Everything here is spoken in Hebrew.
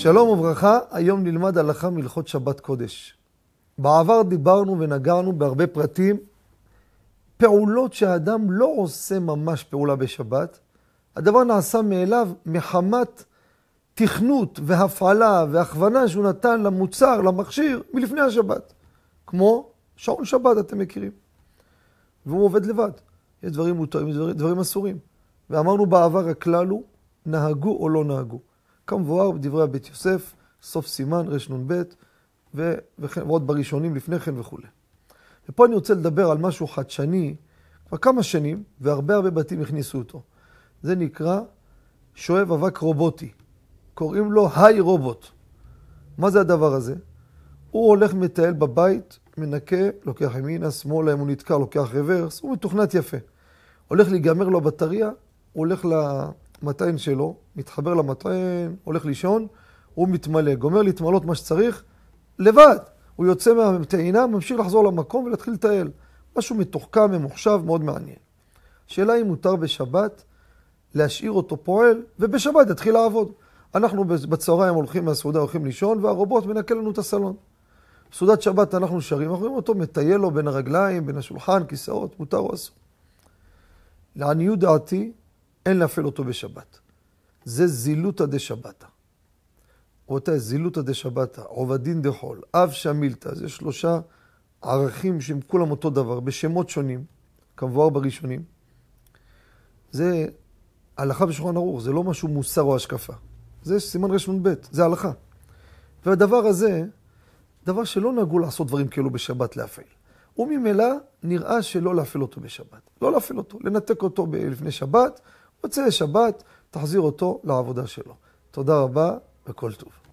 שלום וברכה, היום נלמד הלכה מהלכות שבת קודש. בעבר דיברנו ונגענו בהרבה פרטים, פעולות שהאדם לא עושה ממש פעולה בשבת. הדבר נעשה מאליו מחמת תכנות והפעלה והכוונה שהוא נתן למוצר, למכשיר, מלפני השבת. כמו שעון שבת, אתם מכירים. והוא עובד לבד. יש דברים מותרים, יש דברים אסורים. ואמרנו בעבר הכלל הוא, נהגו או לא נהגו. כמבואר בדברי הבית יוסף, סוף סימן, רנ"ב, ועוד בראשונים לפני כן וכו'. ופה אני רוצה לדבר על משהו חדשני, כבר כמה שנים, והרבה בתים הכניסו אותו. זה נקרא שואב אבק רובוטי. קוראים לו היי רובוט. מה זה הדבר הזה? הוא הולך מטייל בבית, מנקה, לוקח ימינה, שמאלה, אם הוא נתקע, לוקח רוורס, הוא מתוכנת יפה. הולך להיגמר לו בטריה, הוא הולך למטען שלו, מתחבר למטען, הולך לישון, הוא מתמלא, גומר להתמלות מה שצריך, לבד. הוא יוצא מהטעינה, ממשיך לחזור למקום ולהתחיל לטייל. משהו מתוחכם, ממוחשב, מאוד מעניין. השאלה אם מותר בשבת להשאיר אותו פועל, ובשבת יתחיל לעבוד. אנחנו בצהריים הולכים מהסעודה, הולכים לישון, והרובוט מנקה לנו את הסלון. בסעודת שבת אנחנו שרים, אנחנו רואים אותו מטייל לו בין הרגליים, בין השולחן, כיסאות, מותר או אסור. לעניות דעתי, אין להפעיל אותו בשבת. זה זילותא דשבתא. אותה זילותא דשבתא, עובדין דחול, אב שמילתא, זה 3 ערכים שהם כולם אותו דבר, בשמות שונים, כמבואר בראשונים. זה הלכה בשולחן ערוך, זה לא משהו מוסר או השקפה. זה סימן רנ"ב, זה הלכה. והדבר הזה, דבר שלא נהגו לעשות דברים כאלו בשבת להפעיל. וממילא נראה שלא להפעיל אותו בשבת. לא להפעיל אותו, לנתק אותו לפני שבת, רוצה לשבת, תחזיר אותו לעבודה שלו. תודה רבה וכל טוב.